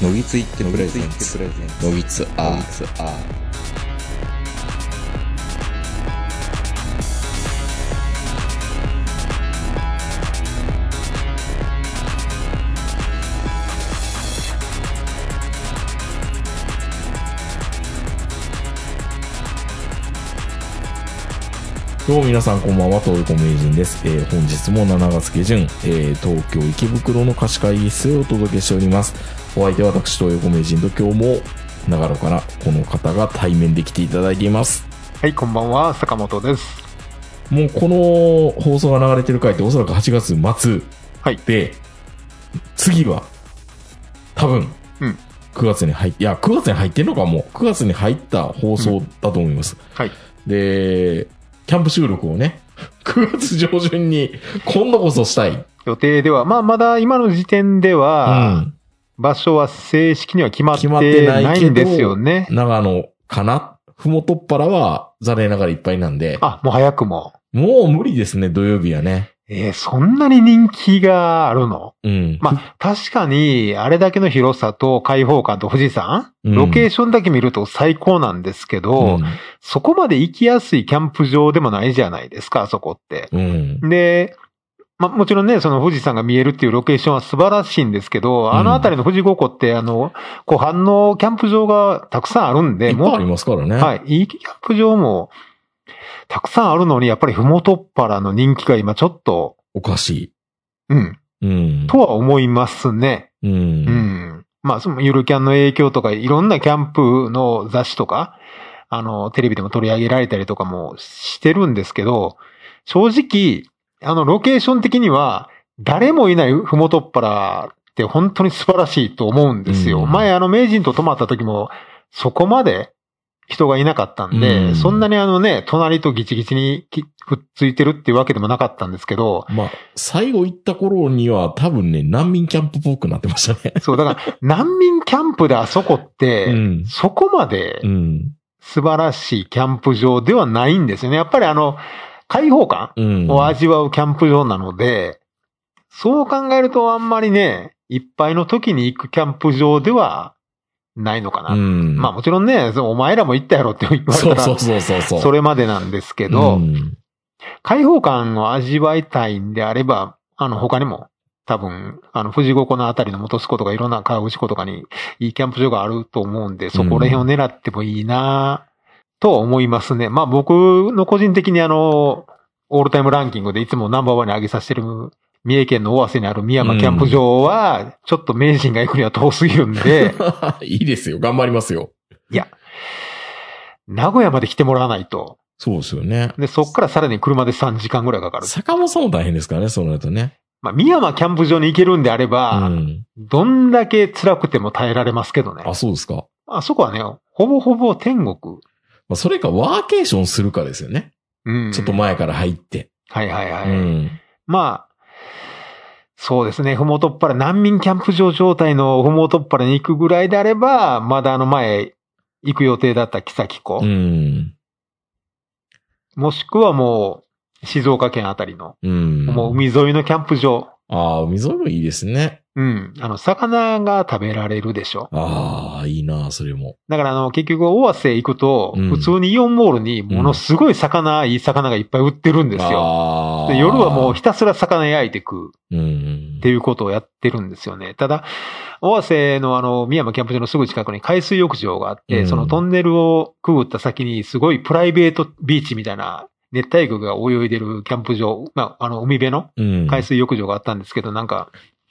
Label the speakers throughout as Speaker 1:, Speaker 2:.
Speaker 1: のぎついってプレゼンツのぎつア
Speaker 2: どうも皆さんこんばんは、東横名人です。本日も7月下旬、東京池袋の貸し会議室へお届けしております。お相手は私、東横名人と今日も長野からこの方が対面で来ていただいています。
Speaker 3: はい、こんばんは、坂本です。
Speaker 2: もうこの放送が流れてる回っておそらく8月末で、
Speaker 3: はい、
Speaker 2: 次は多分、9月に入って、9月に入ってんのかもう、9月に入った放送だと思います。
Speaker 3: はい。
Speaker 2: で、キャンプ収録をね、9月上旬に今度こそしたい。
Speaker 3: 予定では、まだ今の時点では、場所は正式には決まってないんですよね。
Speaker 2: 長野かな？ふもとっぱらは残念ながらいっぱいなんで。
Speaker 3: もう早くも。
Speaker 2: もう無理ですね、土曜日はね。
Speaker 3: そんなに人気があるの？確かに、あれだけの広さと開放感と富士山、ロケーションだけ見ると最高なんですけど、そこまで行きやすいキャンプ場でもないじゃないですか、あそこって。で、もちろんね、その富士山が見えるっていうロケーションは素晴らしいんですけど、あのあたりの富士五湖って、湖畔のキャンプ場がたくさんあるんで、
Speaker 2: いっぱいありますからね。
Speaker 3: はい。いいキャンプ場も、たくさんあるのに、やっぱりふもとっぱらの人気が今ちょっと。
Speaker 2: おかし
Speaker 3: い。とは思いますね。そのゆるキャンの影響とか、いろんなキャンプの雑誌とか、テレビでも取り上げられたりとかもしてるんですけど、正直、ロケーション的には、誰もいないふもとっぱらって本当に素晴らしいと思うんですよ。前名人と泊まった時も、そこまで、人がいなかったんで、そんなに隣とギチギチにくっついてるっていうわけでもなかったんですけど。
Speaker 2: 最後行った頃には多分ね、難民キャンプっぽくなってましたね。
Speaker 3: そう、だから、難民キャンプであそこって、そこまで素晴らしいキャンプ場ではないんですよね。やっぱり開放感を味わうキャンプ場なので、そう考えるとあんまりね、いっぱいの時に行くキャンプ場では、ないのかな。もちろんね、お前らも行ったやろって言われたら、それまでなんですけど、開放感を味わいたいんであれば、他にも、多分、富士五湖のあたりの本栖湖とかいろんな川口湖とかにいいキャンプ場があると思うんで、そこら辺を狙ってもいいなとは思いますね。僕の個人的にオールタイムランキングでいつもナンバーワンに上げさせてる、三重県の尾鷲にある宮山キャンプ場は、ちょっと名人が行くには遠すぎるんで。
Speaker 2: いいですよ。頑張りますよ。
Speaker 3: いや、名古屋まで来てもらわないと。
Speaker 2: そうですよね。
Speaker 3: で、そっからさらに車で3時間ぐらいかかる。
Speaker 2: 坂本さんも大変ですからね、そうなるとね。
Speaker 3: 三山キャンプ場に行けるんであれば、どんだけ辛くても耐えられますけどね。
Speaker 2: あ、そうですか。
Speaker 3: あそこはね、ほぼほぼ天国。
Speaker 2: それかワーケーションするかですよね。ちょっと前から入って。
Speaker 3: はい。そうですね。ふもとっぱら、難民キャンプ場状態のふもとっぱらに行くぐらいであれば、まだ前行く予定だった木崎湖。もしくはもう、静岡県あたりの、もう海沿いのキャンプ場。
Speaker 2: 海沿いもいいですね。
Speaker 3: 魚が食べられるでしょ。
Speaker 2: いいなそれも。
Speaker 3: だから結局、尾鷲行くと、普通にイオンモールにものすごいいい魚がいっぱい売ってるんですよ。で夜はもうひたすら魚焼いて食う。っていうことをやってるんですよね。ただ、尾鷲の宮山キャンプ場のすぐ近くに海水浴場があって、そのトンネルをくぐった先にすごいプライベートビーチみたいな、熱帯魚が泳いでるキャンプ場、海辺の海水浴場があったんですけど、勝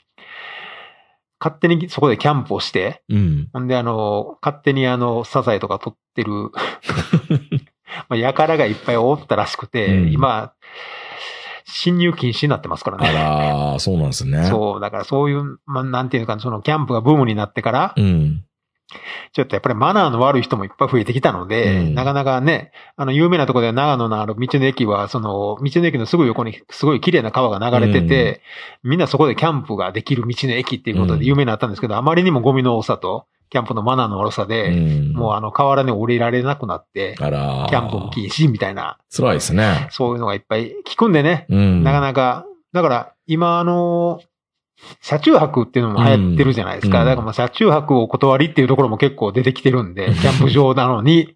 Speaker 3: 手にそこでキャンプをして、ほんで勝手にサザエとか取ってる、やからがいっぱいおったらしくて、今、侵入禁止になってますからね。
Speaker 2: そうなんですね。
Speaker 3: そう、だからそういう、なんていうか、そのキャンプがブームになってから、ちょっとやっぱりマナーの悪い人もいっぱい増えてきたので、なかなかね、有名なところでは長野の道の駅は、その、道の駅のすぐ横にすごい綺麗な川が流れてて、みんなそこでキャンプができる道の駅っていうことで有名になったんですけど、あまりにもゴミの多さと、キャンプのマナーの悪さで、もう河原に降りられなくなって、キャンプも禁止みたいな。
Speaker 2: 辛いですね。
Speaker 3: そういうのがいっぱい聞くんでね、なかなか、だから今車中泊っていうのも流行ってるじゃないですか。だから車中泊を断りっていうところも結構出てきてるんで、キャンプ場なのに。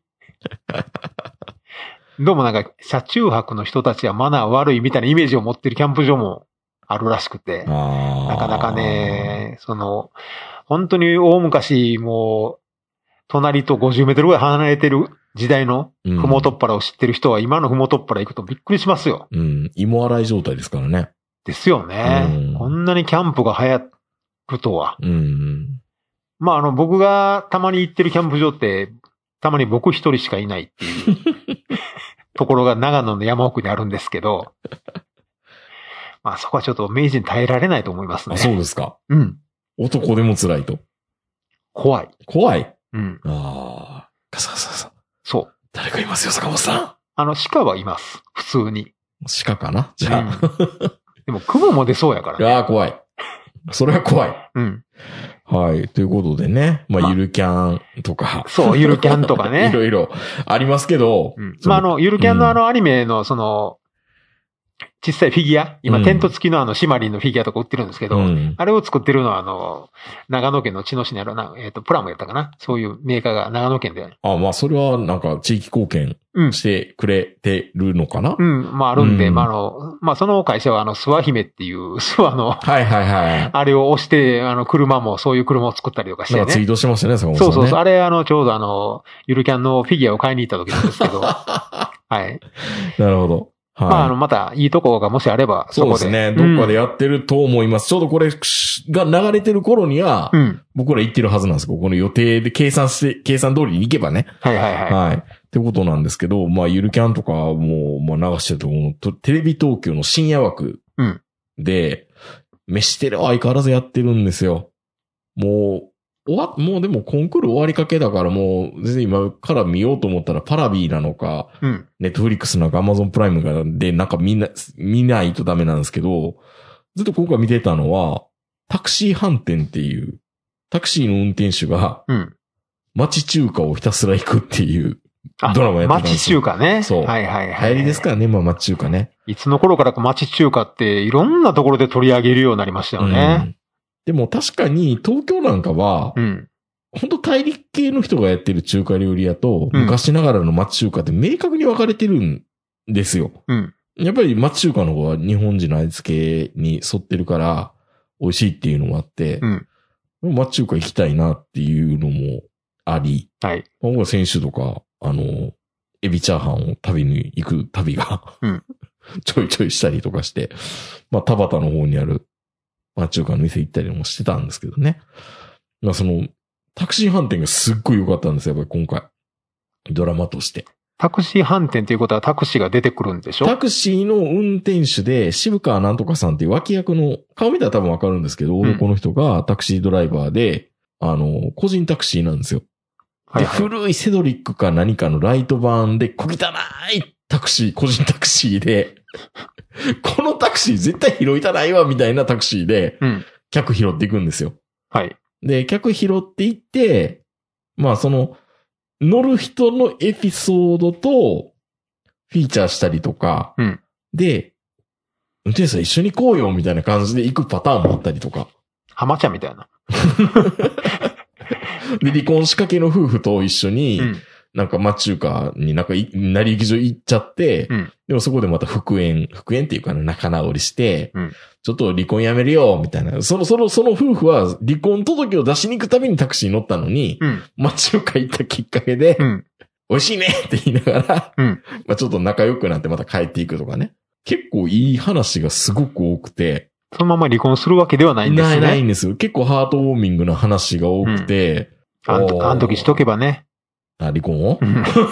Speaker 3: どうも車中泊の人たちはマナー悪いみたいなイメージを持ってるキャンプ場もあるらしくて。なかなかね、本当に大昔もう、隣と50メートルぐらい離れてる時代のふもとっぱらを知ってる人は今のふもとっぱら行くとびっくりしますよ。
Speaker 2: 芋洗い状態ですからね。
Speaker 3: ですよね。こんなにキャンプが流行るとは。僕がたまに行ってるキャンプ場って、たまに僕一人しかいないっていうところが長野の山奥にあるんですけど、そこはちょっと名人耐えられないと思いますね。
Speaker 2: そうですか。男でも辛いと。
Speaker 3: 怖い。
Speaker 2: ガサガサガサ。
Speaker 3: そう。
Speaker 2: 誰かいますよ、坂本さん。
Speaker 3: 鹿はいます。普通に。
Speaker 2: 鹿かなじゃあ。
Speaker 3: でも、雲も出そうやからね。
Speaker 2: 怖い。それは怖い。はい。ということでね。ゆるキャンとか。
Speaker 3: そう、ゆるキャンとかね。
Speaker 2: いろいろありますけど。
Speaker 3: ゆるキャンのアニメの小さいフィギュア、今テント付きのシマリンのフィギュアとか売ってるんですけど、あれを作ってるのは長野県の茅野市にあるプラムやったかな、そういうメーカーが長野県で。
Speaker 2: それは地域貢献してくれてるのかな？
Speaker 3: あるんで、その会社は諏訪姫っていう諏訪の、あれを押して、車もそういう車を作ったりとかしてね。
Speaker 2: ツイートしてましたね、坂本さんね。
Speaker 3: そう。あれちょうどゆるキャンのフィギュアを買いに行った時なんですけど。はい。
Speaker 2: なるほど。
Speaker 3: また、いいとこがもしあれば、
Speaker 2: そこで。そうですね。どっかでやってると思います。ちょうどこれが流れてる頃には、僕ら行ってるはずなんですよ。この予定で計算通りに行けばね。ってことなんですけど、ゆるキャンとかも、流してると思う。テレビ東京の深夜枠で、飯テレは相変わらずやってるんですよ。もうでもコンクール終わりかけだからもう、全然今から見ようと思ったらパラビーなのか、ネットフリックスなのかアマゾンプライムで見ないとダメなんですけど、ずっと今回見てたのは、タクシー飯店っていう、タクシーの運転手が、町中華をひたすら行くっていうドラマやってたんですよ。町中華ね。
Speaker 3: そう。流
Speaker 2: 行りですからね、町中華ね。
Speaker 3: いつの頃からか町中華っていろんなところで取り上げるようになりましたよね。
Speaker 2: でも確かに東京なんかは、本当大陸系の人がやってる中華料理屋と、昔ながらの町中華って明確に分かれてるんですよ。やっぱり町中華の方は日本人の味付けに沿ってるから美味しいっていうのもあって、町中華行きたいなっていうのもあり、僕は先週とか、エビチャーハンを食べに行く旅が、ちょいちょいしたりとかして、田端の方にある町中華の店行ったりもしてたんですけどね。タクシー飯店がすっごい良かったんですよ、やっぱり今回。ドラマとして。
Speaker 3: タクシー飯店っていうことはタクシーが出てくるんでしょ？
Speaker 2: タクシーの運転手で、渋川なんとかさんっていう脇役の、顔見たら多分わかるんですけど、この人がタクシードライバーで、個人タクシーなんですよ。で、古いセドリックか何かのライト版で、小汚いタクシー、個人タクシーで、このタクシー絶対拾いたないわ、みたいなタクシーで、客拾っていくんですよ。で、客拾っていって、乗る人のエピソードと、フィーチャーしたりとか、で、運転手さん一緒に行こうよ、みたいな感じで行くパターンもあったりとか。
Speaker 3: 浜ちゃんみたいな。
Speaker 2: で、離婚仕掛けの夫婦と一緒に、町中華に成り行き場行っちゃって、でもそこでまた復縁っていうか仲直りして、ちょっと離婚やめるよ、みたいな。その夫婦は離婚届を出しに行くたびにタクシーに乗ったのに、町中華行ったきっかけで、美味しいねって言いながら、ちょっと仲良くなってまた帰っていくとかね。結構いい話がすごく多くて。
Speaker 3: そのまま離婚するわけではないんですね。
Speaker 2: ないんですよ。結構ハートウォーミングな話が多くて。
Speaker 3: あの時しとけばね。
Speaker 2: 離婚を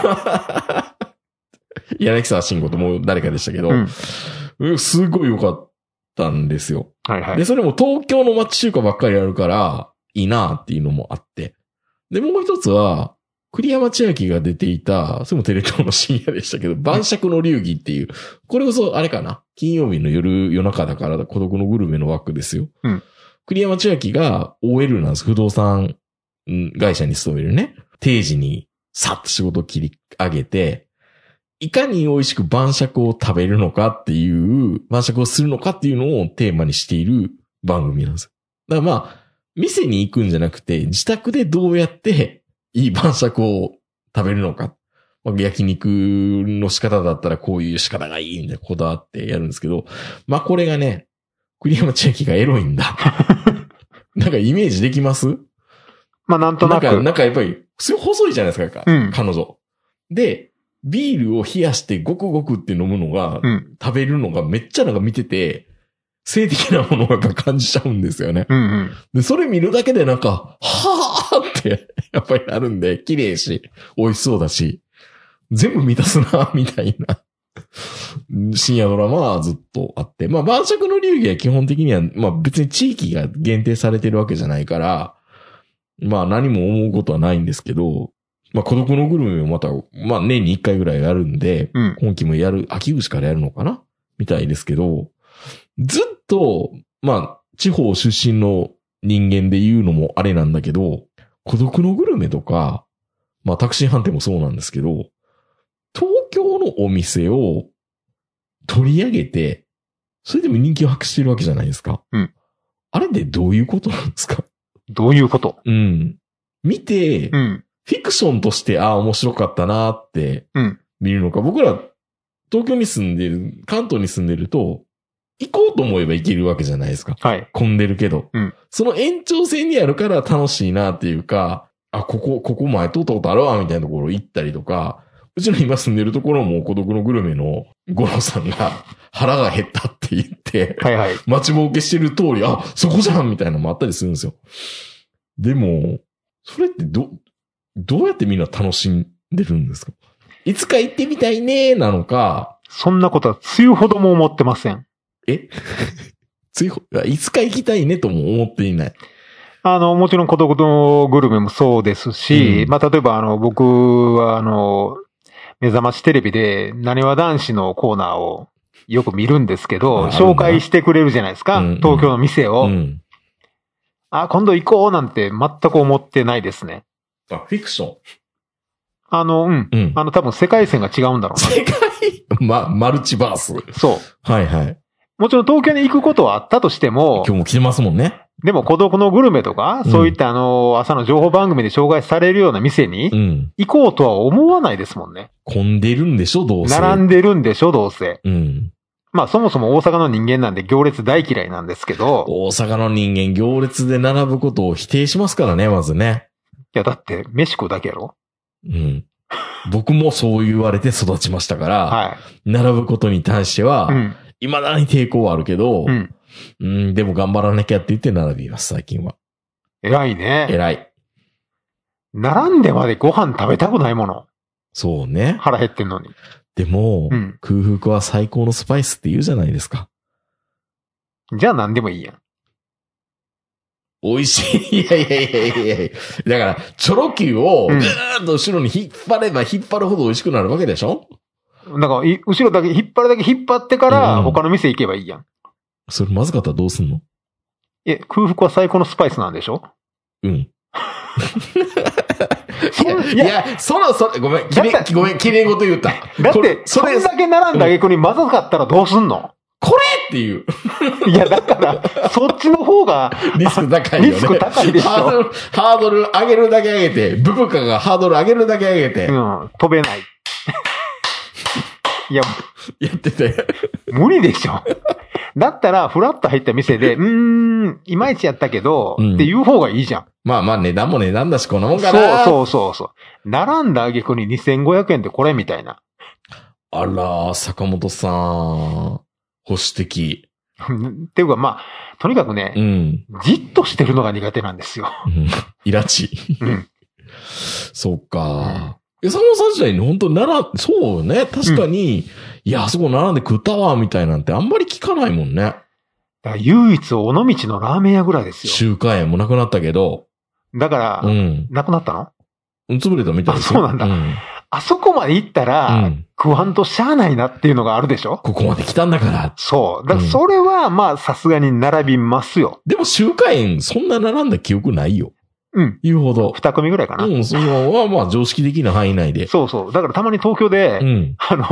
Speaker 2: 柳沢慎吾ともう誰かでしたけど、すごい良かったんですよ。で、それも東京の町中華ばっかりあるから、いいなっていうのもあって。で、もう一つは、栗山千明が出ていた、それもテレ東の深夜でしたけど、晩酌の流儀っていう、これこそあれかな、金曜日の夜中だから孤独のグルメの枠ですよ。栗山千明が OL なんです。不動産会社に勤めるね。定時にさっと仕事を切り上げて、いかに美味しく晩酌を食べるのかっていう、晩酌をするのかっていうのをテーマにしている番組なんですよ。だからまあ、店に行くんじゃなくて、自宅でどうやっていい晩酌を食べるのか。まあ、焼肉の仕方だったらこういう仕方がいいみたいなこだわってやるんですけど、まあこれがね、栗山千明がエロいんだ。なんかイメージできます？
Speaker 3: まあなんとなく。
Speaker 2: なんかやっぱり、すごい細いじゃないですか、
Speaker 3: うん、
Speaker 2: 彼女。で、ビールを冷やしてゴクゴクって飲むのが、食べるのがめっちゃなんか見てて、性的なものが感じちゃうんですよね。
Speaker 3: うんうん、
Speaker 2: で、それ見るだけでなんか、はぁーって、やっぱりなるんで、綺麗し、美味しそうだし、全部満たすな、みたいな。深夜ドラマはずっとあって。まあ、晩酌の流儀は基本的には、まあ別に地域が限定されてるわけじゃないから、まあ何も思うことはないんですけど、まあ孤独のグルメもまた、まあ年に1回ぐらいやるんで、今期もやる、秋口からやるのかなみたいですけど、ずっと、まあ地方出身の人間で言うのもあれなんだけど、孤独のグルメとか、まあタクシー判定もそうなんですけど、東京のお店を取り上げて、それでも人気を博してるわけじゃないですか。
Speaker 3: うん。
Speaker 2: あれでどういうことなんですか？
Speaker 3: どういうこと？
Speaker 2: うん。見て、
Speaker 3: うん。
Speaker 2: フィクションとして、面白かったなって、見るのか、僕ら、東京に住んでる、関東に住んでると、行こうと思えば行けるわけじゃないですか。
Speaker 3: はい。
Speaker 2: 混んでるけど。
Speaker 3: うん。
Speaker 2: その延長線にあるから楽しいなっていうか、ここ前通ったことあるわ、みたいなところ行ったりとか、うちの今住んでるところも孤独のグルメの五郎さんが腹が減ったって言って、
Speaker 3: はいはい。
Speaker 2: 待ちぼうけしてる通り、そこじゃんみたいなのもあったりするんですよ。でも、それってどうやってみんな楽しんでるんですか？いつか行ってみたいねーなのか。
Speaker 3: そんなことはつゆほども思ってません。
Speaker 2: いつか行きたいねとも思っていない。
Speaker 3: もちろん孤独のグルメもそうですし、まあ、例えば僕は目覚ましテレビでなにわ男子のコーナーをよく見るんですけど、紹介してくれるじゃないですか。東京の店を。今度行こうなんて全く思ってないですね。
Speaker 2: フィクション。
Speaker 3: 多分世界線が違うんだろうな。
Speaker 2: 世界マルチバース。
Speaker 3: そう。
Speaker 2: はいはい。
Speaker 3: もちろん東京に行くことはあったとしても。
Speaker 2: 今日も来てますもんね。
Speaker 3: でも孤独のグルメとか、そういった朝の情報番組で紹介されるような店に、行こうとは思わないですもんね。
Speaker 2: 混んでるんでしょ、どうせ。
Speaker 3: 並んでるんでしょ、どうせ。まあそもそも大阪の人間なんで行列大嫌いなんですけど。
Speaker 2: 大阪の人間行列で並ぶことを否定しますからね、まずね。
Speaker 3: いや、だって飯食うだけやろ？
Speaker 2: 僕もそう言われて育ちましたから、
Speaker 3: はい、
Speaker 2: 並ぶことに対しては、未だに抵抗はあるけど、でも頑張らなきゃって言って並びます、最近は。
Speaker 3: 偉いね。
Speaker 2: 偉い。
Speaker 3: 並んでまでご飯食べたくないもの。
Speaker 2: そうね。
Speaker 3: 腹減ってんのに。
Speaker 2: でも、空腹は最高のスパイスって言うじゃないですか。
Speaker 3: じゃあ何でもいいやん。
Speaker 2: 美味しい。いや。だから、チョロ Q をぐーっと後ろに引っ張れば引っ張るほど美味しくなるわけでしょ？
Speaker 3: だから、後ろだけ引っ張るだけ引っ張ってから、他の店行けばいいやん。
Speaker 2: それまずかったらどうすんの？
Speaker 3: 空腹は最高のスパイスなんでしょ？
Speaker 2: うん。いや、ごめん、綺麗事言った。
Speaker 3: だって、それだけ並んだ挙句にまずかったらどうすんの？
Speaker 2: これっていう。
Speaker 3: いや、だから、そっちの方が、
Speaker 2: リスク高いよね。
Speaker 3: リスク高いでしょ。
Speaker 2: ハードル上げるだけ上げて、ブブカがハードル上げるだけ上げて。
Speaker 3: 飛べない。いや、
Speaker 2: やってて。
Speaker 3: 無理でしょ。だったら、フラッと入った店で、いまいちやったけど、っていう方がいいじゃん。
Speaker 2: まあ値段も値段だし、こんなもんかな。
Speaker 3: そう。並んだ挙句に2500円でこれみたいな。
Speaker 2: あら、坂本さん。保守的。
Speaker 3: っていうか、まあ、とにかくね、じっとしてるのが苦手なんですよ。
Speaker 2: イラチ。そうか。坂本さん時代に本当そうね。確かに、いや、あそこ並んで食ったわ、みたいなんてあんまり聞かないもんね。だ
Speaker 3: から唯一尾道のラーメン屋ぐらいですよ。
Speaker 2: 中華園もなくなったけど。
Speaker 3: だから、なくなったの？
Speaker 2: 潰れたみたいです
Speaker 3: よ。そうなんだ。あそこまで行ったら、食わんとしゃあないなっていうのがあるでしょ？
Speaker 2: ここまで来たんだから。
Speaker 3: そう。だからそれは、まあ、さすがに並びますよ。
Speaker 2: でも、中華園、そんな並んだ記憶ないよ。言うほど。
Speaker 3: 二組ぐらいかな。
Speaker 2: それは、まあ、常識的な範囲内で。
Speaker 3: そう。だからたまに東京で、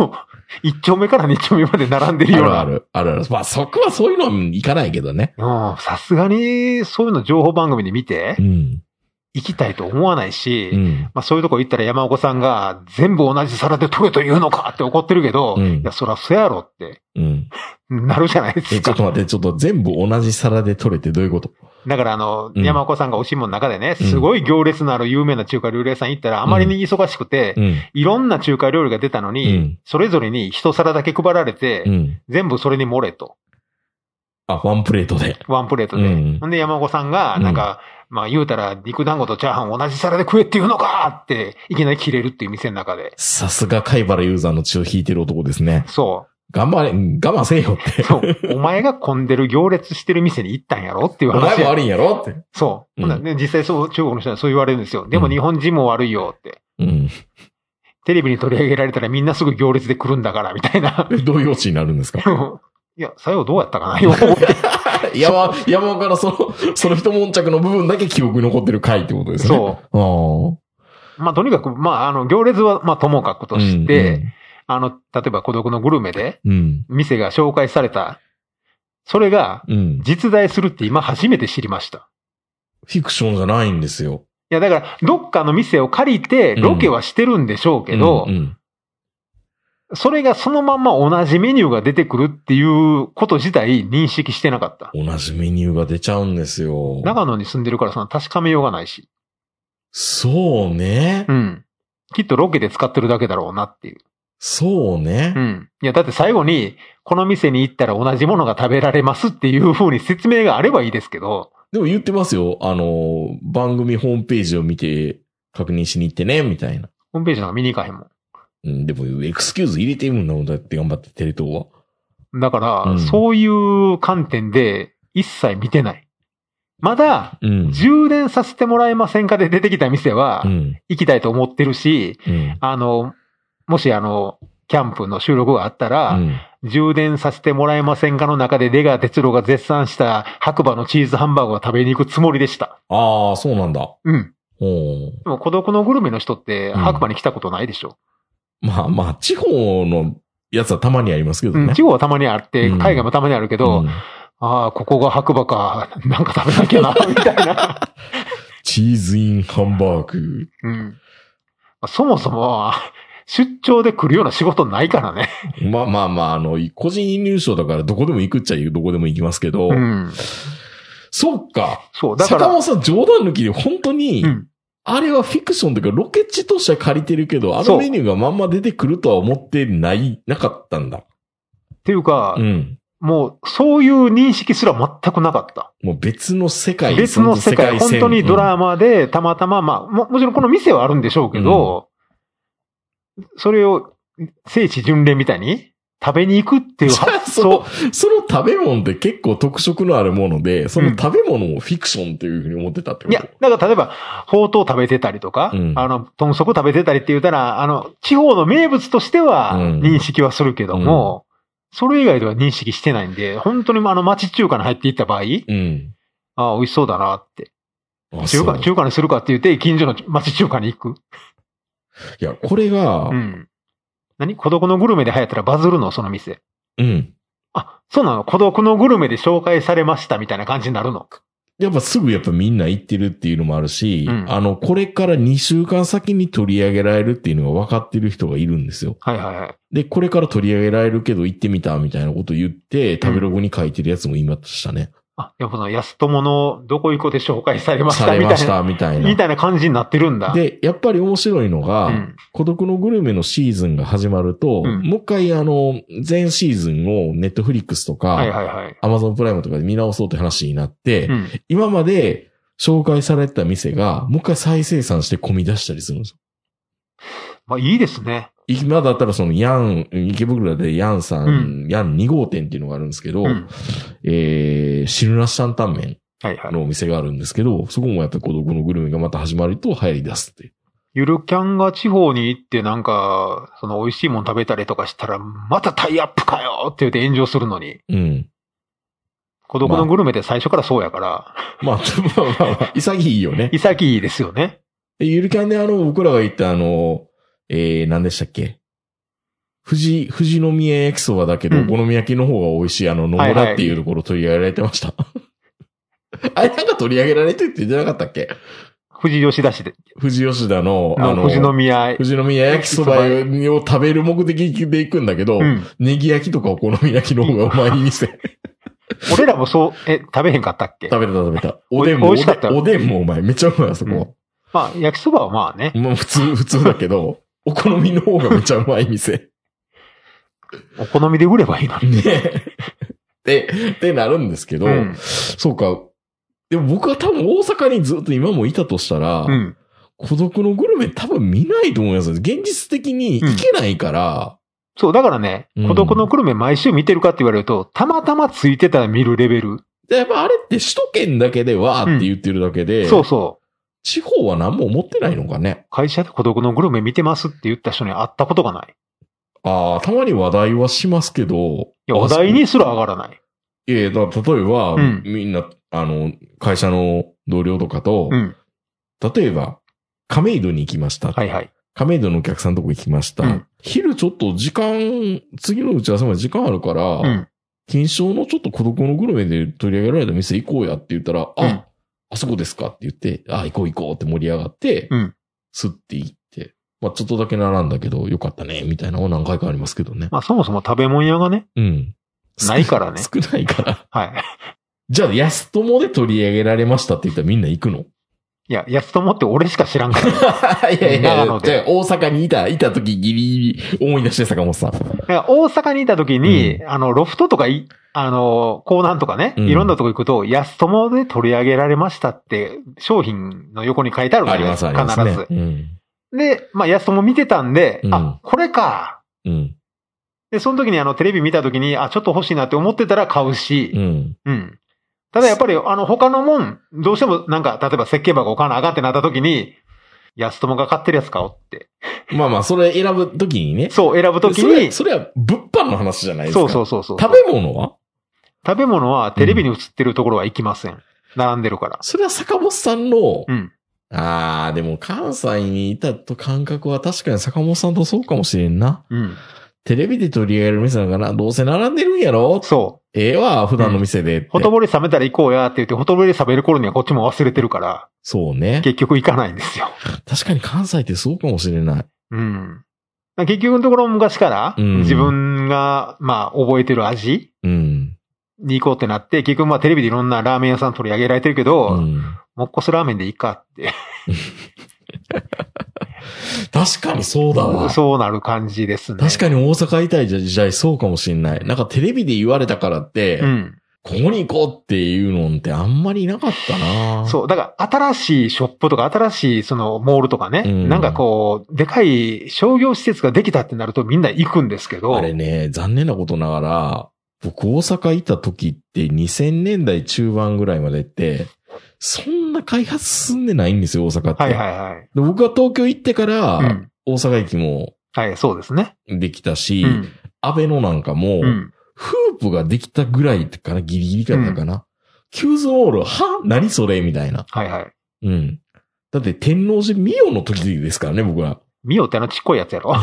Speaker 3: 1丁目から2丁目まで並んでるような。
Speaker 2: ある。まあそこはそういうのいかないけどね。
Speaker 3: さすがにそういうの情報番組で見て、行きたいと思わないし、まあそういうとこ行ったら山岡さんが全部同じ皿で取れと言うのかって怒ってるけど、いや、そらそうやろって、なるじゃないですか。
Speaker 2: ちょっと待って、全部同じ皿で取れてどういうこと？
Speaker 3: だから山岡さんがおしんもの中でね、すごい行列のある有名な中華料理屋さん行ったら、あまりに忙しくて、いろんな中華料理が出たのに、それぞれに一皿だけ配られて、全部それに盛れと。
Speaker 2: ワンプレートで。
Speaker 3: ワンプレートで。ほんで山岡さんが、なんか、まあ言うたら肉団子とチャーハン同じ皿で食えって言うのかって、いきなり切れるっていう店の中で。
Speaker 2: さすが貝原ユーザーの血を引いてる男ですね。
Speaker 3: そう。
Speaker 2: 我慢せえよって。
Speaker 3: そう。お前が混んでる行列してる店に行ったんやろっていう話。
Speaker 2: お前も悪いんやろって。
Speaker 3: そう。実際そう、中国の人はそう言われるんですよ。でも日本人も悪いよって。テレビに取り上げられたらみんなすぐ行列で来るんだから、みたいな。
Speaker 2: どういうオチになるんですか？
Speaker 3: いや、最後どうやったかなよ。
Speaker 2: 山岡のその一悶着の部分だけ記憶に残ってる回ってことですね。
Speaker 3: そう。まあ、とにかく、まあ、行列は、まあ、ともかくとして、例えば孤独のグルメで、店が紹介された、それが、実在するって今初めて知りました。
Speaker 2: フィクションじゃないんですよ。
Speaker 3: いや、だから、どっかの店を借りて、ロケはしてるんでしょうけど、それがそのまんま同じメニューが出てくるっていうこと自体認識してなかった。
Speaker 2: 同じメニューが出ちゃうんですよ。
Speaker 3: 長野に住んでるからその確かめようがないし。
Speaker 2: そうね。
Speaker 3: きっとロケで使ってるだけだろうなっていう。
Speaker 2: そうね。
Speaker 3: いや、だって最後に、この店に行ったら同じものが食べられますっていう風に説明があればいいですけど。
Speaker 2: でも言ってますよ。番組ホームページを見て確認しに行ってね、みたいな。
Speaker 3: ホームページなんか見に行かへんもん。
Speaker 2: でも、エクスキューズ入れてるんだもんだって頑張ってテレ東は。
Speaker 3: だから、そういう観点で一切見てない。まだ、充電させてもらえませんかで出てきた店は、行きたいと思ってるし、もしキャンプの収録があったら、充電させてもらえませんかの中で出川哲朗が絶賛した白馬のチーズハンバーグを食べに行くつもりでした。
Speaker 2: ああ、そうなんだ。
Speaker 3: でも孤独のグルメの人って白馬に来たことないでしょ。
Speaker 2: まあ、地方のやつはたまにありますけどね。
Speaker 3: 地方はたまにあって、海外もたまにあるけど、ここが白馬か、なんか食べなきゃな、みたいな。
Speaker 2: チーズインハンバーグ。
Speaker 3: そもそも、出張で来るような仕事ないからね。
Speaker 2: まあ、個人入賞だからどこでも行くっちゃどこでも行きますけど。そうか。そう、だから。坂本さん冗談抜きで本当に、あれはフィクションというかロケ地としては借りてるけど、あのメニューがまんま出てくるとは思ってなかったんだ。
Speaker 3: っていうか、もうそういう認識すら全くなかった。
Speaker 2: もう別の世界。
Speaker 3: 本当にドラマでたまたま、まあ、もちろんこの店はあるんでしょうけど、それを聖地巡礼みたいに食べに行くっていう発想。
Speaker 2: その食べ物って結構特色のあるもので、その食べ物をフィクションっていうふうに思ってたってこと？
Speaker 3: いや、だから例えば、ほうとう食べてたりとか、豚足食べてたりって言ったら、地方の名物としては認識はするけども、それ以外では認識してないんで、本当に町中華に入っていった場合、美味しそうだなって。中華にするかって言って、近所の町中華に行く。
Speaker 2: いや、これが、
Speaker 3: 孤独のグルメで流行ったらバズるのその店。そうなの？孤独のグルメで紹介されましたみたいな感じになるの？
Speaker 2: やっぱすぐみんな行ってるっていうのもあるし、これから2週間先に取り上げられるっていうのが分かってる人がいるんですよ。で、これから取り上げられるけど行ってみたみたいなこと言って、食べログに書いてるやつもいましたね。
Speaker 3: やっぱ安友のどこ行こうで紹介されましたみたいな感じになってるんだ。
Speaker 2: で、やっぱり面白いのが、孤独のグルメのシーズンが始まると、もう一回全シーズンをネットフリックスとか、アマゾンプライムとかで見直そうって話になって、今まで紹介された店が、もう一回再生産して込み出したりするんですよ。
Speaker 3: まあいいですね。
Speaker 2: 今だったら池袋でヤンさん、ヤン2号店っていうのがあるんですけど、汁なし担々麺のお店があるんですけど、そこもやっぱり孤独のグルメがまた始まると流行り出すって。
Speaker 3: ゆるキャンが地方に行ってなんか、美味しいもん食べたりとかしたら、またタイアップかよって言って炎上するのに。孤独のグルメって最初からそうやから。
Speaker 2: まあ、潔いよね。
Speaker 3: 潔いですよね。
Speaker 2: ゆるキャンで僕らが行った何でしたっけ？ 富士宮焼きそばだけど、お好み焼きの方が美味しい、野村っていうところ取り上げられてました。あれなんか取り上げられてって言ってなかったっけ？
Speaker 3: 富士吉田市で。
Speaker 2: 富士吉田の、
Speaker 3: 富士宮
Speaker 2: 焼きそばを食べる目的で行くんだけど、ネギ焼きとかお好み焼きの方がうまい店。
Speaker 3: 俺らも食べへんかったっけ？
Speaker 2: 食べた。おでんも、美味しかった。おでんもうまい。めっちゃうまい、あそこ。
Speaker 3: まあ、焼きそばはまあね。
Speaker 2: まあ、普通だけど、お好みの方がめっちゃうまい店。
Speaker 3: お好みで売ればいいのに。
Speaker 2: ねってなるんですけど、そうか。でも僕は多分大阪にずっと今もいたとしたら、孤独のグルメ多分見ないと思います。現実的に行けないから。
Speaker 3: そう、だからね、孤独のグルメ毎週見てるかって言われると、たまたまついてたら見るレベル。
Speaker 2: やっぱあれって首都圏だけでわーって言ってるだけで、
Speaker 3: そうそう。
Speaker 2: 地方は何も思ってないのかね。
Speaker 3: 会社で孤独のグルメ見てますって言った人に会ったことがない。
Speaker 2: ああ、たまに話題はしますけど。い
Speaker 3: や、話題にすら上がらない。
Speaker 2: いや、例えば、みんな、会社の同僚とかと、例えば、亀戸に行きました。
Speaker 3: はいはい。
Speaker 2: 亀戸のお客さんのとこ行きました。昼ちょっと次の打ち合わせまで時間あるから、金賞のちょっと孤独のグルメで取り上げられた店行こうやって言ったら、あそこですかって言って、行こうって盛り上がって、スッて行って、まあちょっとだけ並んだけど、よかったね、みたいなのは何回かありますけどね。
Speaker 3: まあそもそも食べ物屋がね、ないからね。
Speaker 2: 少ないから。
Speaker 3: はい。
Speaker 2: じゃあ、安友で取り上げられましたって言ったらみんな行くの？
Speaker 3: いや、安友って俺しか知らんから。
Speaker 2: いや、大阪にいた時ギリギリ思い出して坂本さん。
Speaker 3: 大阪にいた時に、ロフトとか港南とかね、いろんなとこ行くと、安友で取り上げられましたって、商品の横に書いてあるからね。必ず。で、まあ、安友見てたんで、これか。で、その時にテレビ見た時に、ちょっと欲しいなって思ってたら買うし、ただやっぱり、他のもん、どうしてもなんか、例えば石鹸箱買わなあかんってなった時に、安友が買ってるやつ買おうって。
Speaker 2: まあ、それ選ぶ時にね。
Speaker 3: そう、選ぶ時に。
Speaker 2: それは物販の話じゃないですか。
Speaker 3: そう。
Speaker 2: 食べ物
Speaker 3: はテレビに映ってるところは行きません。並んでるから。
Speaker 2: それは坂本さんの、でも関西にいたと感覚は確かに坂本さんとそうかもしれんな。テレビで取り上げる店なんかな、どうせ並んでるんやろ？
Speaker 3: そう。
Speaker 2: 普段の店でって。
Speaker 3: ほとぼり冷めたら行こうやって言って、ほとぼり冷める頃にはこっちも忘れてるから。
Speaker 2: そうね。
Speaker 3: 結局行かないんですよ。
Speaker 2: 確かに関西ってそうかもしれない。
Speaker 3: 結局のところ昔から、自分が、覚えてる味に行こうってなって、結局テレビでいろんなラーメン屋さん取り上げられてるけど、もっこすラーメンでいいかって。
Speaker 2: 確かにそうだわ。
Speaker 3: そうなる感じですね。
Speaker 2: 確かに大阪いたい時代そうかもしれない。なんかテレビで言われたからって、ここに行こうっていうのってあんまりなかったな。
Speaker 3: そう。だから新しいショップとか新しいモールとかね、なんかでかい商業施設ができたってなるとみんな行くんですけど。
Speaker 2: あれね、残念なことながら、僕大阪いた時って2000年代中盤ぐらいまでって、そんな開発進んでないんですよ、大阪って。で僕は東京行ってから、大阪駅も、
Speaker 3: そうですね。
Speaker 2: できたし、安倍野なんかも、フープができたぐらいかな、ギリギリだったかな。キューズモール、何それみたいな。だって天王寺ミオの時ですからね、僕は。
Speaker 3: ミオってちっこいやつやろ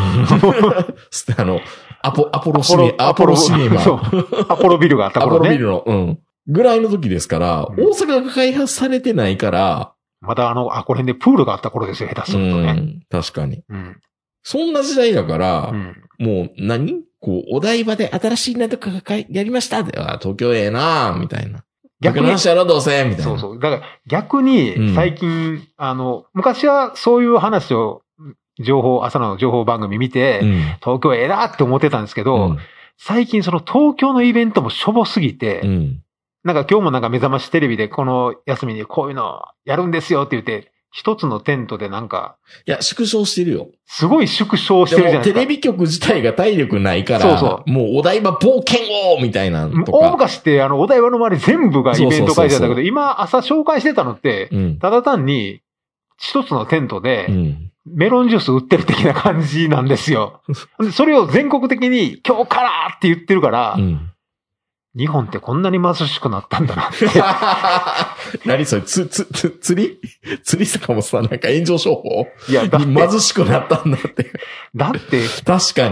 Speaker 2: アポロシネマ。
Speaker 3: そう。アポロビルがあった頃ね。
Speaker 2: アポロビルの、ぐらいの時ですから、大阪が開発されてないから、
Speaker 3: まだこの辺でプールがあった頃ですよ、下手するとね。
Speaker 2: 確かに。そんな時代だから、もうお台場で新しいなとかやりましたで、東京ええなみたいな。逆に話やろどうせみたいな。
Speaker 3: そう。だから逆に、最近、昔はそういう話を、朝の情報番組見て、東京ええなって思ってたんですけど、最近東京のイベントもしょぼすぎて、なんか今日も目覚ましテレビでこの休みにこういうのやるんですよって言って、一つのテントでい
Speaker 2: や、縮小してるよ。
Speaker 3: すごい縮小してるじゃないですか。
Speaker 2: テレビ局自体が体力ないから、もうお台場冒険をみたいなとか。
Speaker 3: 大昔ってお台場の周り全部がイベント会場だけど、今朝紹介してたのって、ただ単に一つのテントで、メロンジュース売ってる的な感じなんですよ。それを全国的に今日からって言ってるから、日本ってこんなに貧しくなったんだなって。
Speaker 2: 何それ、釣り坂本さんなんか炎上商法？
Speaker 3: いや、
Speaker 2: 貧しくなったんだって。
Speaker 3: だって、
Speaker 2: 確かに。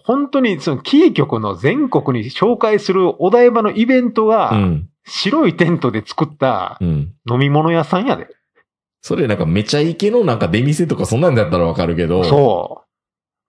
Speaker 3: 本当にそのキー局の全国に紹介するお台場のイベントが、白いテントで作った飲み物屋さんやで。
Speaker 2: それなんかめちゃイケのなんか出店とかそんなんだったらわかるけど。
Speaker 3: そう。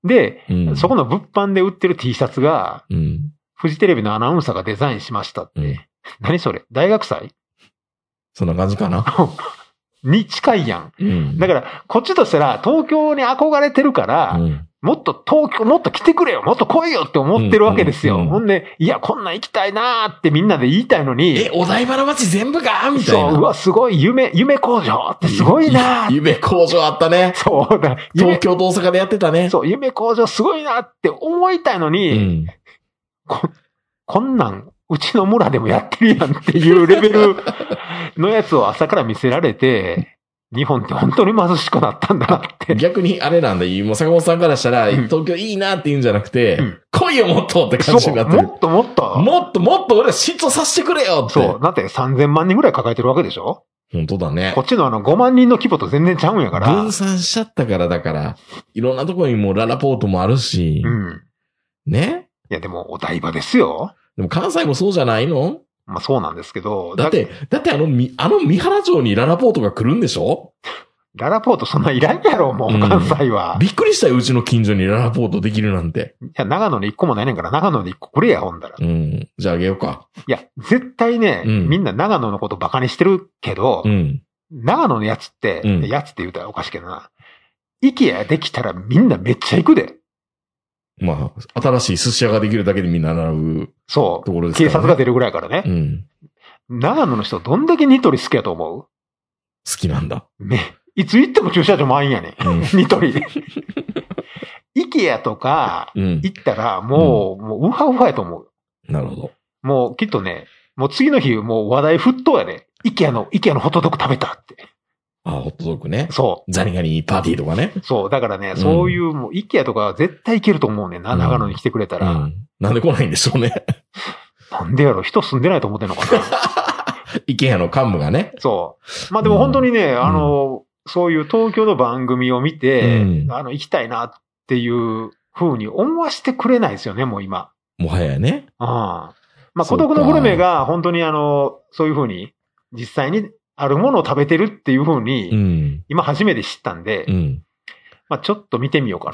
Speaker 3: で、そこの物販で売ってる T シャツが、フジテレビのアナウンサーがデザインしましたって。何それ？大学祭？
Speaker 2: そんな感じかな
Speaker 3: に近いやん。だから、こっちとしたら東京に憧れてるから、もっと東京、もっと来てくれよ、もっと来いよって思ってるわけですよ。ほんで、いや、こんなん行きたいなーってみんなで言いたいのに。
Speaker 2: お台場の街全部かみたいな。
Speaker 3: そう、うわ、すごい、夢工場ってすごいなー。
Speaker 2: 夢工場あったね。
Speaker 3: そうだ。
Speaker 2: 東京と大阪でやってたね。
Speaker 3: そう、夢工場すごいなって思いたいのに、こんなん、うちの村でもやってるやんっていうレベルのやつを朝から見せられて、日本って本当に貧しくなったんだなって。
Speaker 2: 逆にあれなんだ、もう坂本さんからしたら、東京いいなって言うんじゃなくて、来いよもっとって感じになってる。
Speaker 3: もっともっと。
Speaker 2: もっと俺出張させてくれよって。
Speaker 3: そう。だって3000万人ぐらい抱えてるわけでしょ？
Speaker 2: 本当だね。
Speaker 3: こっちの5万人の規模と全然ちゃうんやから。
Speaker 2: 分散しちゃったからだから、いろんなところにもうララポートもあるし。ね？
Speaker 3: いやでもお台場ですよ。
Speaker 2: でも関西もそうじゃないの？
Speaker 3: まあそうなんですけど。
Speaker 2: だって三原町にララポートが来るんでしょ？
Speaker 3: ララポートそんないらんやろ、もう関西は。
Speaker 2: びっくりしたよ、うちの近所にララポートできるなんて。
Speaker 3: いや、長野に1個もないねんから、長野で1個くれや、ほんだら。
Speaker 2: じゃああげようか。
Speaker 3: いや、絶対ね、みんな長野のことバカにしてるけど、長野のやつって、やつって言うたらおかしいけどな。IKEA できたらみんなめっちゃ行くで。
Speaker 2: まあ、新しい寿司屋ができるだけでみんな並ぶ。
Speaker 3: そう。
Speaker 2: ところですからね。
Speaker 3: 警察が出るぐらいからね。長野の人どんだけニトリ好きやと思う？
Speaker 2: 好きなんだ。
Speaker 3: ね。いつ行っても駐車場満員やね。ニトリ。IKEA とか行ったらもうウハウハやと思う。
Speaker 2: なるほど。
Speaker 3: もうきっとね、もう次の日もう話題沸騰やで。IKEA のホットドッグ食べたって。
Speaker 2: あ、ホットドッグね。
Speaker 3: そう。
Speaker 2: ザリガニパーティーとかね。
Speaker 3: そう。だからね、そういうもう IKEA とか絶対行けると思うねんな、長野に来てくれたら。
Speaker 2: なんで来ないんでしょうね。
Speaker 3: なんでやろ、人住んでないと思ってんのかな。
Speaker 2: IKEA の幹部がね。
Speaker 3: そう。まあでも本当にね、そういう東京の番組を見て、行きたいなっていう風に思わせてくれないですよね、もう今。
Speaker 2: もはやね。
Speaker 3: まあ孤独のグルメが本当にそういう風に、実際にあるものを食べてるっていう風に、今初めて知ったんで、まあちょっと見てみようか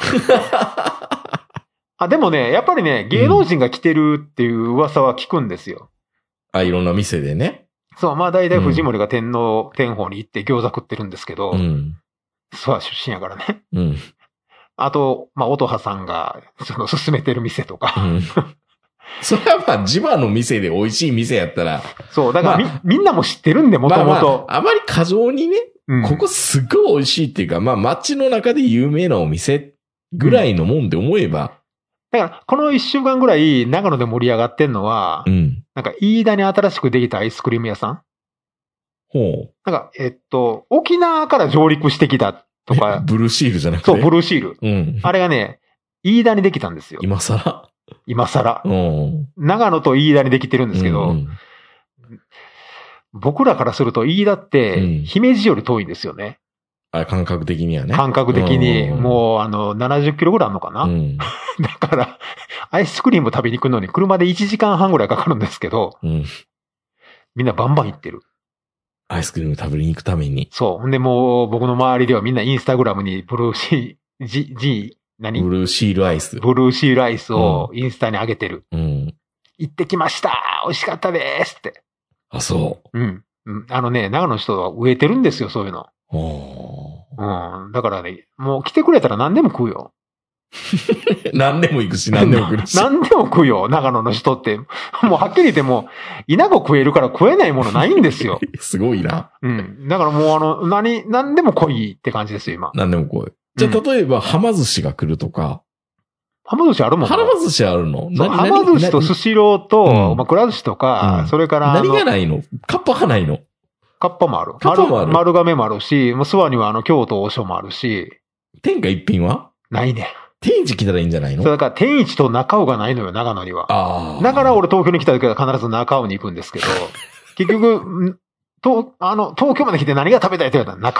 Speaker 3: な。でもね、やっぱりね、芸能人が来てるっていう噂は聞くんですよ。
Speaker 2: いろんな店でね。
Speaker 3: そう、まあ大体藤森が天皇に行って餃子食ってるんですけど、諏訪出身やからね。あと、まあ音羽さんが、勧めてる店とか。
Speaker 2: それはまあ地場の店で美味しい店やったら。
Speaker 3: そう、だからみんなも知ってるんで、もともと。
Speaker 2: あまり過剰にね、ここすっごい美味しいっていうか、まあ街の中で有名なお店ぐらいのもんで思えば。
Speaker 3: だから、この1週間ぐらい長野で盛り上がってんのは、なんか、飯田に新しくできたアイスクリーム屋さん。なんか、沖縄から上陸してきたとか。
Speaker 2: ブルーシールじゃなくて。
Speaker 3: そう、ブルーシール。あれがね、飯田にできたんですよ。
Speaker 2: 今更。
Speaker 3: 長野と飯田にできてるんですけど、僕らからすると飯田って、姫路より遠いんですよね。
Speaker 2: 感覚的にはね。
Speaker 3: 感覚的に、もう70キロぐらいあるのかな、だから、アイスクリーム食べに行くのに車で1時間半ぐらいかかるんですけど、みんなバンバン行ってる。
Speaker 2: アイスクリーム食べに行くために。
Speaker 3: そう。ほんでもう僕の周りではみんなインスタグラムにブルーシールアイス。ブルーシールアイスをインスタに上げてる。行ってきました美味しかったですって。
Speaker 2: あ、そう。
Speaker 3: 長野の人は植えてるんですよ、そういうの。だからね、もう来てくれたら何でも食うよ。
Speaker 2: 何でも行くし、何でも来るし。
Speaker 3: 何でも食うよ、長野の人って。もうはっきり言っても、稲子食えるから食えないものないんですよ。
Speaker 2: すごいな。
Speaker 3: だからもう何でも来いって感じですよ、今。
Speaker 2: 何でも来い。じゃあ、例えば、はま寿司が来るとか。
Speaker 3: はま寿司あるもんね。
Speaker 2: はま寿司あるの？
Speaker 3: はま寿司とスシローと、まあ、くら寿司とか、それから
Speaker 2: 何がないの？カッパがないの？
Speaker 3: カッパもある。
Speaker 2: カッパもある。
Speaker 3: 丸亀もあるし、諏訪には京都王将もあるし。
Speaker 2: 天下一品は？
Speaker 3: ないね。
Speaker 2: 天一来たらいいんじゃないの？
Speaker 3: そう、だから天一と中尾がないのよ、長野には。だから俺東京に来た時は必ず中尾に行くんですけど、結局、東京まで来て何が食べたいって言われたら中尾。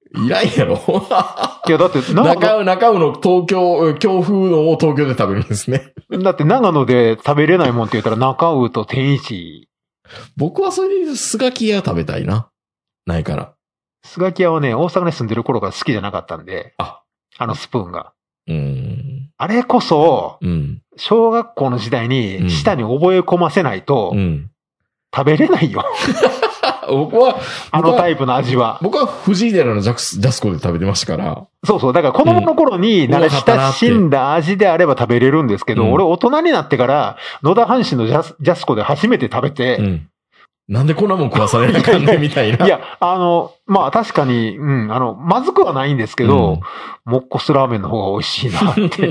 Speaker 2: いらんやろ。
Speaker 3: いや、だって
Speaker 2: 中尾の京風のを東京で食べるんですね。
Speaker 3: だって長野で食べれないもんって言ったら中尾と天一。
Speaker 2: 僕はそれでスガキ屋食べたいな。ないから。
Speaker 3: スガキ屋はね、大阪に住んでる頃から好きじゃなかったんで。
Speaker 2: あ
Speaker 3: のスプーンが。あれこそ、小学校の時代に舌に覚え込ませないと、食べれないよ。
Speaker 2: 僕は、
Speaker 3: タイプの味は。
Speaker 2: 僕は藤井寺のジャスコで食べてましたから。
Speaker 3: そうそう。だから子供の頃に慣れ親しんだ味であれば食べれるんですけど、俺大人になってから、野田阪神のジャスコで初めて食べて、
Speaker 2: なんでこんなもん食わされなかんねみたいな。
Speaker 3: いや、まあ確かに、まずくはないんですけど、もっこすラーメンの方が美味しいなって。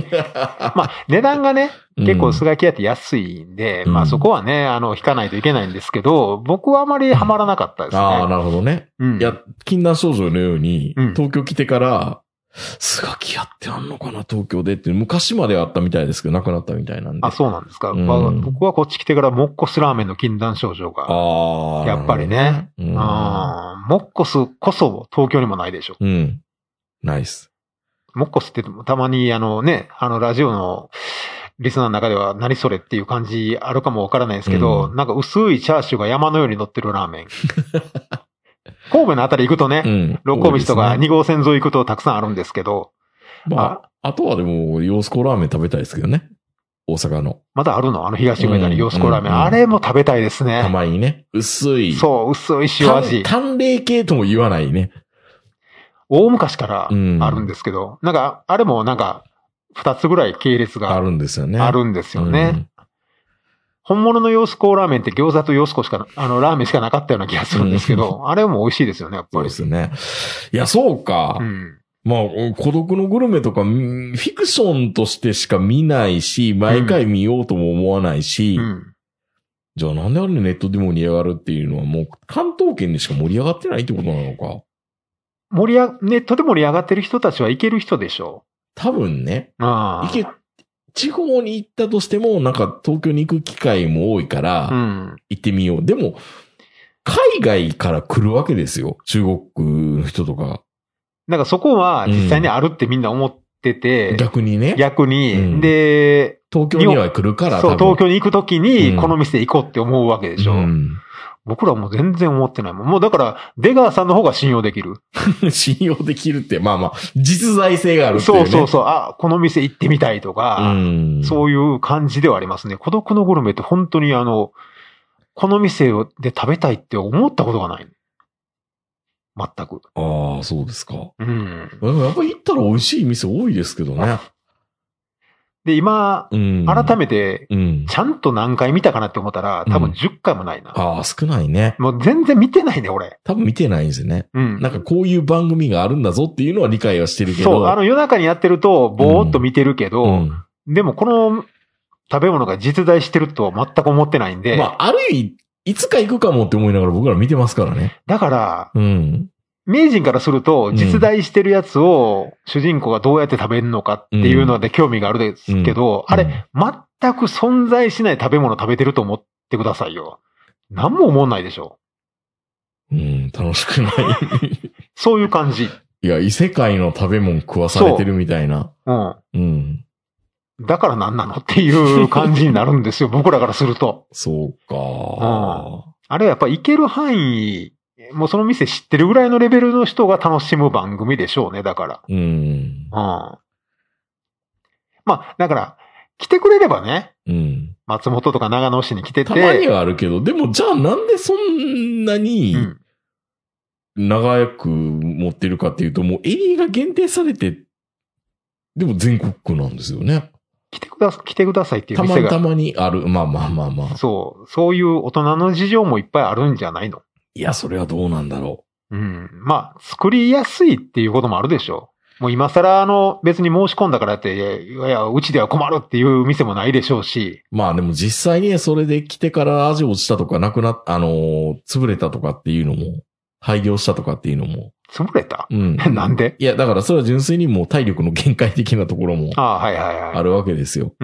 Speaker 3: まあ値段がね、結構スガキ屋って安いんで、まあそこはね、引かないといけないんですけど、僕はあまりハマらなかったですね。
Speaker 2: ああ、なるほどね。いや、禁断症状のように、東京来てから、スガキ屋ってあんのかな東京でって、昔まであったみたいですけど、なくなったみたいなんで。
Speaker 3: あ、そうなんですか。僕はこっち来てからモッコスラーメンの禁断症状が。やっぱりね。モッコスこそ東京にもないでしょ。
Speaker 2: ナイス。
Speaker 3: モッコスってたまにラジオのリスナーの中では何それっていう感じあるかもわからないですけど、なんか薄いチャーシューが山のように乗ってるラーメン。神戸のあたり行くとね、六甲道とか2号線沿い行くとたくさんあるんですけど。
Speaker 2: まあとはでも、ヨースコラーメン食べたいですけどね。大阪の。
Speaker 3: まだあるの東梅田にヨースコラーメン。あれも食べたいですね。
Speaker 2: たまにね。薄い。
Speaker 3: そう、薄い塩味。
Speaker 2: 淡麗系とも言わないね。
Speaker 3: 大昔からあるんですけど、なんか、あれもなんか、2つぐらい系列が。
Speaker 2: あるんですよね。
Speaker 3: あるんですよね。本物のヨースコラーメンって餃子とヨースコしか、ラーメンしかなかったような気がするんですけど、あれも美味しいですよね、やっぱり。
Speaker 2: そうですね。いや、そうか。まあ、孤独のグルメとか、フィクションとしてしか見ないし、毎回見ようとも思わないし、じゃあなんであれネットで盛り上がるっていうのはもう関東圏でしか盛り上がってないってことなのか。
Speaker 3: ネットで盛り上がってる人たちは行ける人でしょう。
Speaker 2: 多分ね。地方に行ったとしても、なんか東京に行く機会も多いから、行ってみよう。でも、海外から来るわけですよ。中国の人とか。
Speaker 3: なんかそこは実際にあるってみんな思ってて。
Speaker 2: 逆にね。
Speaker 3: 逆に。で、
Speaker 2: 東京には来るから。
Speaker 3: そう、東京に行くときにこの店行こうって思うわけでしょ。僕らも全然思ってないもん。もうだから、出川さんの方が信用できる。
Speaker 2: 信用できるって、まあまあ、実在性があるっていうね。
Speaker 3: そう。この店行ってみたいとか、そういう感じではありますね。孤独のグルメって本当にこの店で食べたいって思ったことがない。全く。
Speaker 2: ああ、そうですか。やっぱり行ったら美味しい店多いですけどね。
Speaker 3: で、今、改めて、ちゃんと何回見たかなって思ったら、多分10回もないな。
Speaker 2: ああ、少ないね。
Speaker 3: もう全然見てないね、俺。
Speaker 2: 多分見てないんですよね。なんかこういう番組があるんだぞっていうのは理解はしてるけど。
Speaker 3: そう、夜中にやってると、ぼーっと見てるけど、でもこの食べ物が実在してるとは全く思ってないんで。
Speaker 2: まあ、ある意味、いつか行くかもって思いながら僕ら見てますからね。
Speaker 3: だから、名人からすると、実在してるやつを主人公がどうやって食べるのかっていうので興味があるですけど、あれ、全く存在しない食べ物食べてると思ってくださいよ。何も思わないでしょ。
Speaker 2: 楽しくない。
Speaker 3: そういう感じ。
Speaker 2: いや、異世界の食べ物食わされてるみたいな。
Speaker 3: だから何なのっていう感じになるんですよ、僕らからすると。
Speaker 2: そうか。
Speaker 3: あれはやっぱ行ける範囲、もうその店知ってるぐらいのレベルの人が楽しむ番組でしょうね、だから。まあ、だから、来てくれればね。松本とか長野市に来てて。
Speaker 2: たまにはあるけど、でもじゃあなんでそんなに、長く持ってるかっていうと、もうエリアが限定されて、でも全国区なんですよね。
Speaker 3: 来てくださいっていう店が。
Speaker 2: たまにある。まあ。
Speaker 3: そういう大人の事情もいっぱいあるんじゃないの？
Speaker 2: いや、それはどうなんだろ
Speaker 3: う。まあ、作りやすいっていうこともあるでしょう。もう今更別に申し込んだからって、いや、うちでは困るっていう店もないでしょうし。
Speaker 2: まあでも実際にそれで来てから味落ちたとか潰れたとかっていうのも、廃業したとかっていうのも。
Speaker 3: 潰れた？なんで？
Speaker 2: いや、だからそれは純粋にもう体力の限界的なところも。あるわけですよ。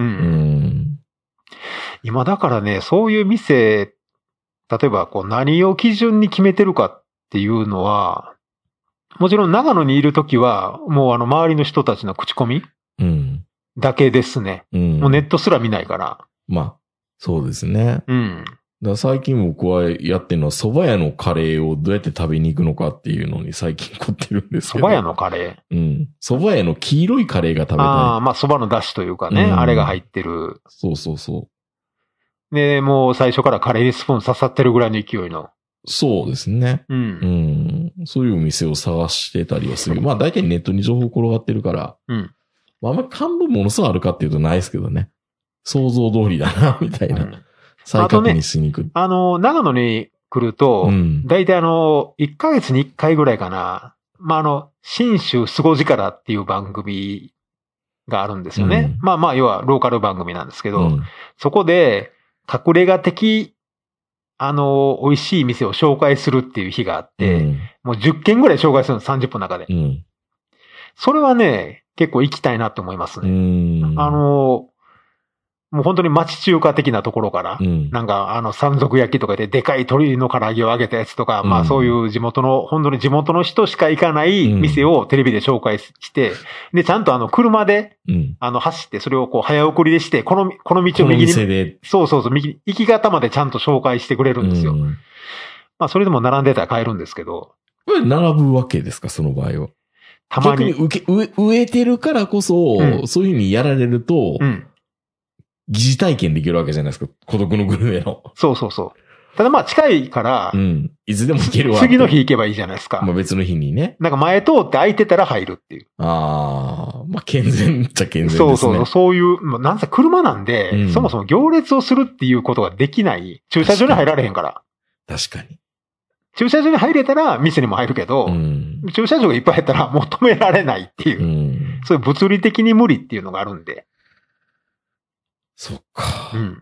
Speaker 3: 今だからね、そういう店、例えば何を基準に決めてるかっていうのは、 もちろん長野にいるときは、もう周りの人たちの口コミだけですね。もうネットすら見ないから。
Speaker 2: まあ、そうですね。だから最近僕はやってるのは蕎麦屋のカレーをどうやって食べに行くのかっていうのに最近凝ってるんですけど。
Speaker 3: 蕎麦屋のカレ
Speaker 2: ー？蕎麦屋の黄色いカレーが食べたい。
Speaker 3: ああ、まあ蕎麦の出汁というかね、あれが入ってる。
Speaker 2: そうそうそう。
Speaker 3: で、もう最初からカレーにスプーン刺さってるぐらいの勢いの。
Speaker 2: そうですね。そういうお店を探してたりはする。まあ大体ネットに情報転がってるから。まああんまり感動ものすごいあるかっていうとないですけどね。想像通りだな、みたいな。再確認しに行く。
Speaker 3: 長野に来ると、大体1ヶ月に1回ぐらいかな。まあ新州すご力っていう番組があるんですよね。まあ要はローカル番組なんですけど、そこで隠れ家的美味しい店を紹介するっていう日があって、もう10件ぐらい紹介するの、30分の中で。それはね、結構行きたいなって思いますね。もう本当に町中華的なところから、なんか山賊焼きとかででかい鶏の唐揚げを揚げたやつとか、まあそういう本当に地元の人しか行かない店をテレビで紹介して、で、ちゃんと車で、走って、それをこう早送りでして、この道を右に、そう、右に、行き方までちゃんと紹介してくれるんですよ。まあそれでも並んでたら買えるんですけど。
Speaker 2: これ並ぶわけですか、その場合は。
Speaker 3: たまに。
Speaker 2: 逆に植えてるからこそ、そういうふうにやられると、疑似体験できるわけじゃないですか。孤独のグルメの。
Speaker 3: そう。ただまあ近いから、
Speaker 2: いつでも行けるわ。
Speaker 3: 次の日行けばいいじゃないですか。
Speaker 2: まあ別の日にね。
Speaker 3: なんか前通って空いてたら入るっていう。
Speaker 2: まあ健全っちゃ健全ですね。
Speaker 3: そういう、なんせ車なんで、そもそも行列をするっていうことができない。駐車場に入られへんから。
Speaker 2: 確かに。
Speaker 3: 駐車場に入れたら店にも入るけど、駐車場がいっぱい入ったらもう止められないっていう。そういう物理的に無理っていうのがあるんで。
Speaker 2: そっか。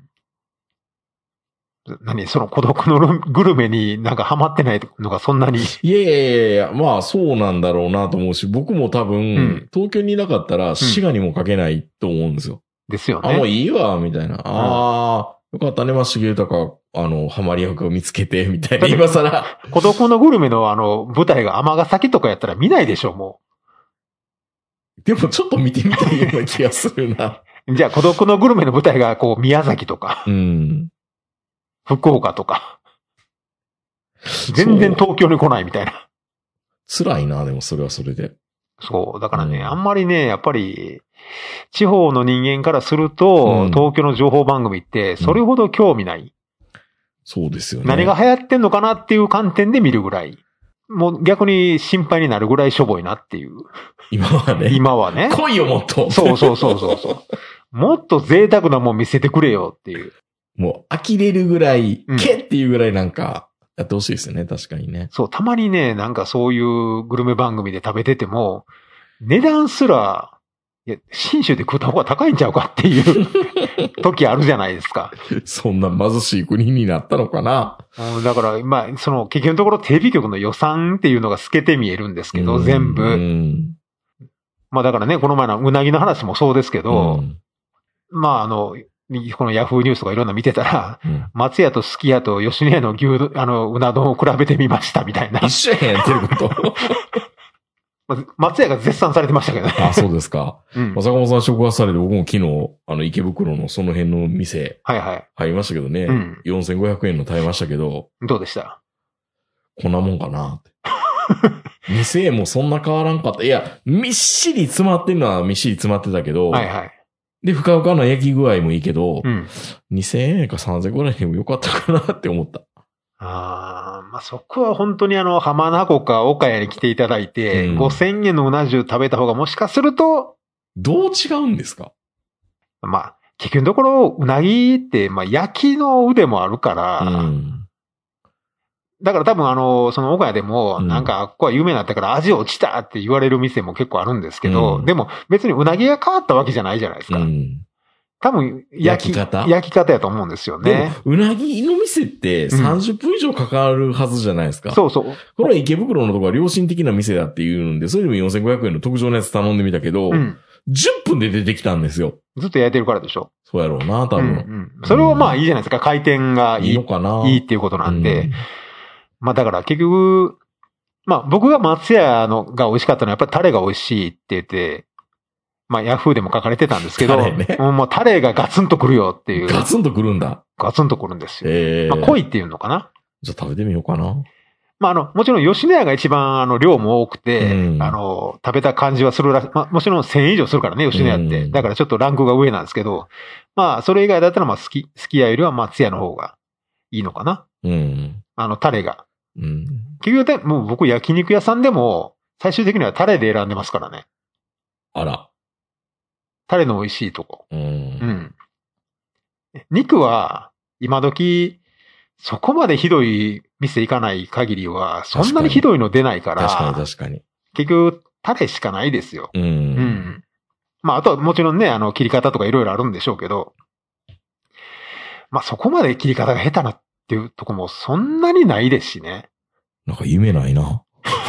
Speaker 3: その孤独のグルメになんかハマってないのがそんなに。
Speaker 2: いや、まあそうなんだろうなと思うし、僕も多分、東京にいなかったら滋賀にも書けないと思うんですよ。
Speaker 3: ですよね。
Speaker 2: もういいわ、みたいな。よかったね、重豊、ハマり役を見つけて、みたいな、今更。
Speaker 3: 孤独のグルメの舞台が尼崎とかやったら見ないでしょ、も
Speaker 2: う。でもちょっと見てみたいような気がするな。
Speaker 3: じゃあ孤独のグルメの舞台が宮崎とか。福岡とか。全然東京に来ないみたいな。
Speaker 2: 辛いな、でもそれはそれで。
Speaker 3: そう。だからね、あんまりね、やっぱり、地方の人間からすると、東京の情報番組って、それほど興味ない。
Speaker 2: そうですよね。
Speaker 3: 何が流行ってんのかなっていう観点で見るぐらい。もう逆に心配になるぐらいしょぼいなっていう。
Speaker 2: 今はね。来いよ、もっと。
Speaker 3: そう。もっと贅沢なもん見せてくれよっていう。
Speaker 2: もう呆れるぐらい、けっていうぐらいなんか、やってほしいですよね、確かにね。
Speaker 3: そう、たまにね、なんかそういうグルメ番組で食べてても、値段すら、信州で食った方が高いんちゃうかっていう時あるじゃないですか。
Speaker 2: そんな貧しい国になったのかな。
Speaker 3: だから、まあ、結局のところテレビ局の予算っていうのが透けて見えるんですけど、全部。まあだからね、この前のうなぎの話もそうですけど、まあこのヤフーニュースとかいろんな見てたら、松屋とすき家と吉野家のうな丼を比べてみましたみたいな。
Speaker 2: 一緒やんやってること。
Speaker 3: 松屋が絶賛されてましたけどね。
Speaker 2: そうですか。坂本さん触発されて、僕も昨日、池袋のその辺の店、入りましたけどね。4500円の耐えましたけど。
Speaker 3: どうでした？
Speaker 2: こんなもんかなって。2000円もそんな変わらんかった。いや、みっしり詰まってるのはみっしり詰まってたけど、で、ふかふかの焼き具合もいいけど、2000円か3000円ぐらいでもよかったかなって思った。
Speaker 3: まあ、そこは本当に浜名湖か岡谷に来ていただいて、5000円のうな重食べた方がもしかすると、
Speaker 2: どう違うんですか？
Speaker 3: まあ、結局のところ、うなぎって、まあ、焼きの腕もあるから、だから多分その岡谷でも、なんか、ここは有名になったから味落ちたって言われる店も結構あるんですけど、でも別にうなぎが変わったわけじゃないじゃないですか。多分、焼き方やと思うんですよね。でも、
Speaker 2: うなぎの店って30分以上かかるはずじゃないですか。
Speaker 3: そう。こ
Speaker 2: れは池袋のところは良心的な店だっていうんで、それでも4500円の特上のやつ頼んでみたけど、10分で出てきたんですよ。
Speaker 3: ずっと焼いてるからでしょ。
Speaker 2: そうやろうな、多分。
Speaker 3: それはまあいいじゃないですか。回転がいい
Speaker 2: のかな。
Speaker 3: いいっていうことなんで。まあだから結局、 まあ僕が松屋のが美味しかったのはやっぱりタレが美味しいって言って、まあヤフーでも書かれてたんですけど、
Speaker 2: タレね、
Speaker 3: もうタレがガツンとくるよっていう。
Speaker 2: ガツンとくるんだ。
Speaker 3: ガツンとくるんですよ。まあ濃いっていうのかな。
Speaker 2: じゃあ食べてみようかな。
Speaker 3: まあもちろん吉野家が一番量も多くて、食べた感じはするらしい。まあもちろん1000円以上するからね、吉野家って。だからちょっとランクが上なんですけど、まあそれ以外だったらまあすき家よりは松屋の方がいいのかな。タレが。結局もう僕焼肉屋さんでも最終的にはタレで選んでますからね。
Speaker 2: あら。
Speaker 3: タレの美味しいとこ。肉は今時そこまでひどい店行かない限りはそんなにひどいの出ないから。
Speaker 2: 確かに。
Speaker 3: 結局タレしかないですよ。まああとはもちろんね、切り方とかいろいろあるんでしょうけど、まあそこまで切り方が下手なっていうとこもそんなにないですしね。
Speaker 2: なんか夢ないな。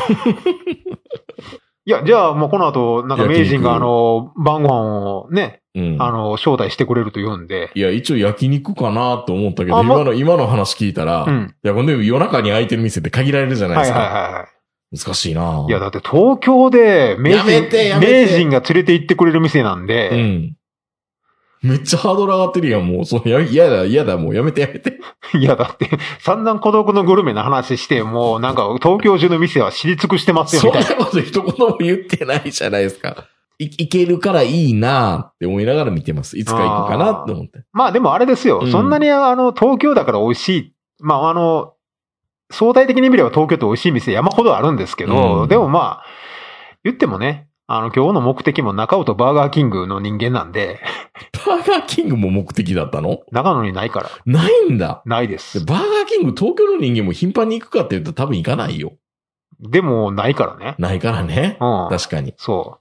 Speaker 3: いや、じゃあもうこの後、なんか名人が晩ご飯をね、招待してくれると言うんで。
Speaker 2: いや、一応焼肉かなと思ったけど、今の話聞いたら、いや、この夜中に空いてる店って限られるじゃないですか。難しいな。
Speaker 3: いや、だって東京で名人が連れて行ってくれる店なんで、
Speaker 2: めっちゃハードル上がってるやん、もう。嫌だ、もうやめて。
Speaker 3: いや、だって、散々孤独のグルメの話して、もうなんか東京中の店は知り尽くしてますよ、みたいな。
Speaker 2: そんなこと一言も言ってないじゃないですか。行けるからいいなって思いながら見てます。いつか行くかなって思って。
Speaker 3: まあでもあれですよ。そんなに東京だから美味しい。まあ相対的に見れば東京って美味しい店山ほどあるんですけど、でもまあ、言ってもね、今日の目的も中尾とバーガーキングの人間なんで。
Speaker 2: バーガーキングも目的だったの？
Speaker 3: 長野にないから。
Speaker 2: ないんだ。
Speaker 3: ないです。
Speaker 2: バーガーキング東京の人間も頻繁に行くかって言うと多分行かないよ。
Speaker 3: でも、ないからね。
Speaker 2: ないからね。確かに。
Speaker 3: そう。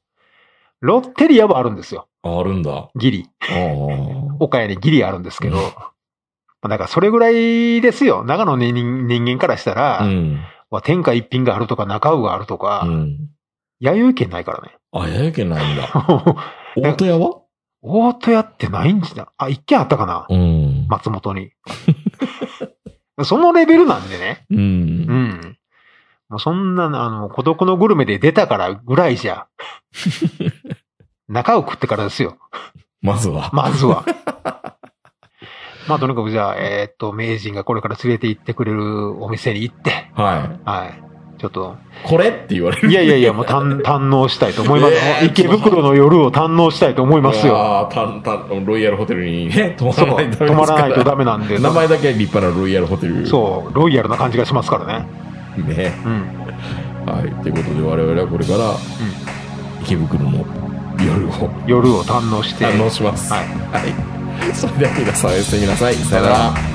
Speaker 3: ロッテリアはあるんですよ。
Speaker 2: あるんだ。
Speaker 3: ギリ。岡谷にギリあるんですけど。だからそれぐらいですよ。長野の人間からしたら、天下一品があるとか中尾があるとか、弥生県ないからね。
Speaker 2: あ、弥生県ないんだ。大戸屋は？
Speaker 3: 大戸屋ってないんじゃ、一軒あったかな？松本に。そのレベルなんでね。もうそんな、孤独のグルメで出たからぐらいじゃ。中を食ってからですよ。
Speaker 2: まずは。
Speaker 3: まあ、とにかくじゃあ、名人がこれから連れて行ってくれるお店に行って。はい。ちょっと。
Speaker 2: これって言われる。
Speaker 3: いや、もう堪能したいと思います。池袋の夜を堪能したいと思いますよ。
Speaker 2: ロイヤルホテルにね、泊
Speaker 3: まらないとダメなんで。
Speaker 2: 名前だけ立派なロイヤルホテル。
Speaker 3: そう、ロイヤルな感じがしますからね。
Speaker 2: ね。はい。ということで我々はこれから、池袋の夜を
Speaker 3: 堪能して。
Speaker 2: 堪能します。はい。それでは皆さんおやすみなさい。さよなら。